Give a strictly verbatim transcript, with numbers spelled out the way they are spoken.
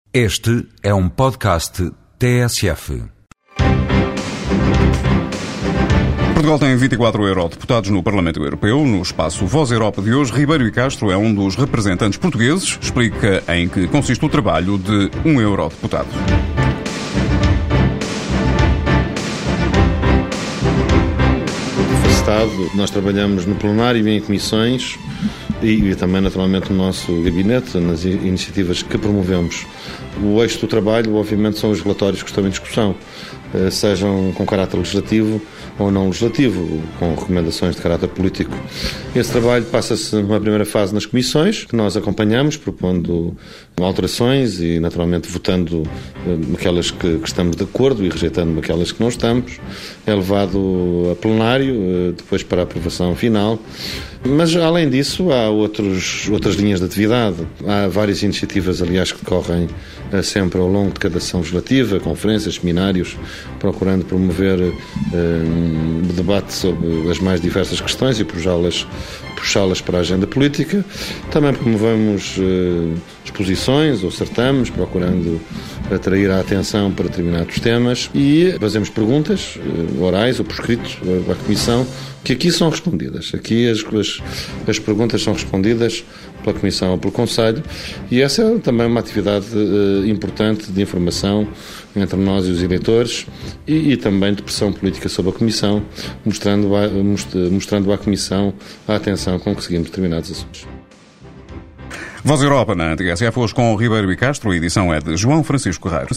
Este é um podcast T S F. Portugal tem vinte e quatro eurodeputados no Parlamento Europeu. No espaço Voz Europa de hoje, Ribeiro e Castro é um dos representantes portugueses. Explica em que consiste o trabalho de um eurodeputado. Nós trabalhamos no plenário e em comissões e, e também, naturalmente, no nosso gabinete, nas iniciativas que promovemos. O eixo do trabalho, obviamente, são os relatórios que estão em discussão, sejam com caráter legislativo ou não legislativo, com recomendações de caráter político. Esse trabalho passa-se numa primeira fase nas comissões, que nós acompanhamos, propondo alterações e, naturalmente, votando aquelas que, que estamos de acordo e rejeitando aquelas que não estamos. É levado a plenário, depois para a aprovação final. Mas, além disso, há outros, outras linhas de atividade. Há várias iniciativas, aliás, que decorrem sempre ao longo de cada sessão legislativa, conferências, seminários, procurando promover um debate sobre as mais diversas questões e puxá-las, puxá-las para a agenda política. Também promovemos uh, exposições ou certames, procurando atrair a atenção para determinados temas e fazemos perguntas uh, orais ou por escrito uh, à Comissão, que aqui são respondidas. Aqui as, as, as perguntas são respondidas pela Comissão ou pelo Conselho, e essa é também uma atividade uh, importante de informação entre nós e os eleitores e, e também de pressão política sobre a Comissão, mostrando, a, mostrando à Comissão a atenção com que seguimos determinados assuntos. Voz Europa na T S F, hoje com Ribeiro e Castro. A edição é de João Francisco Carreiro.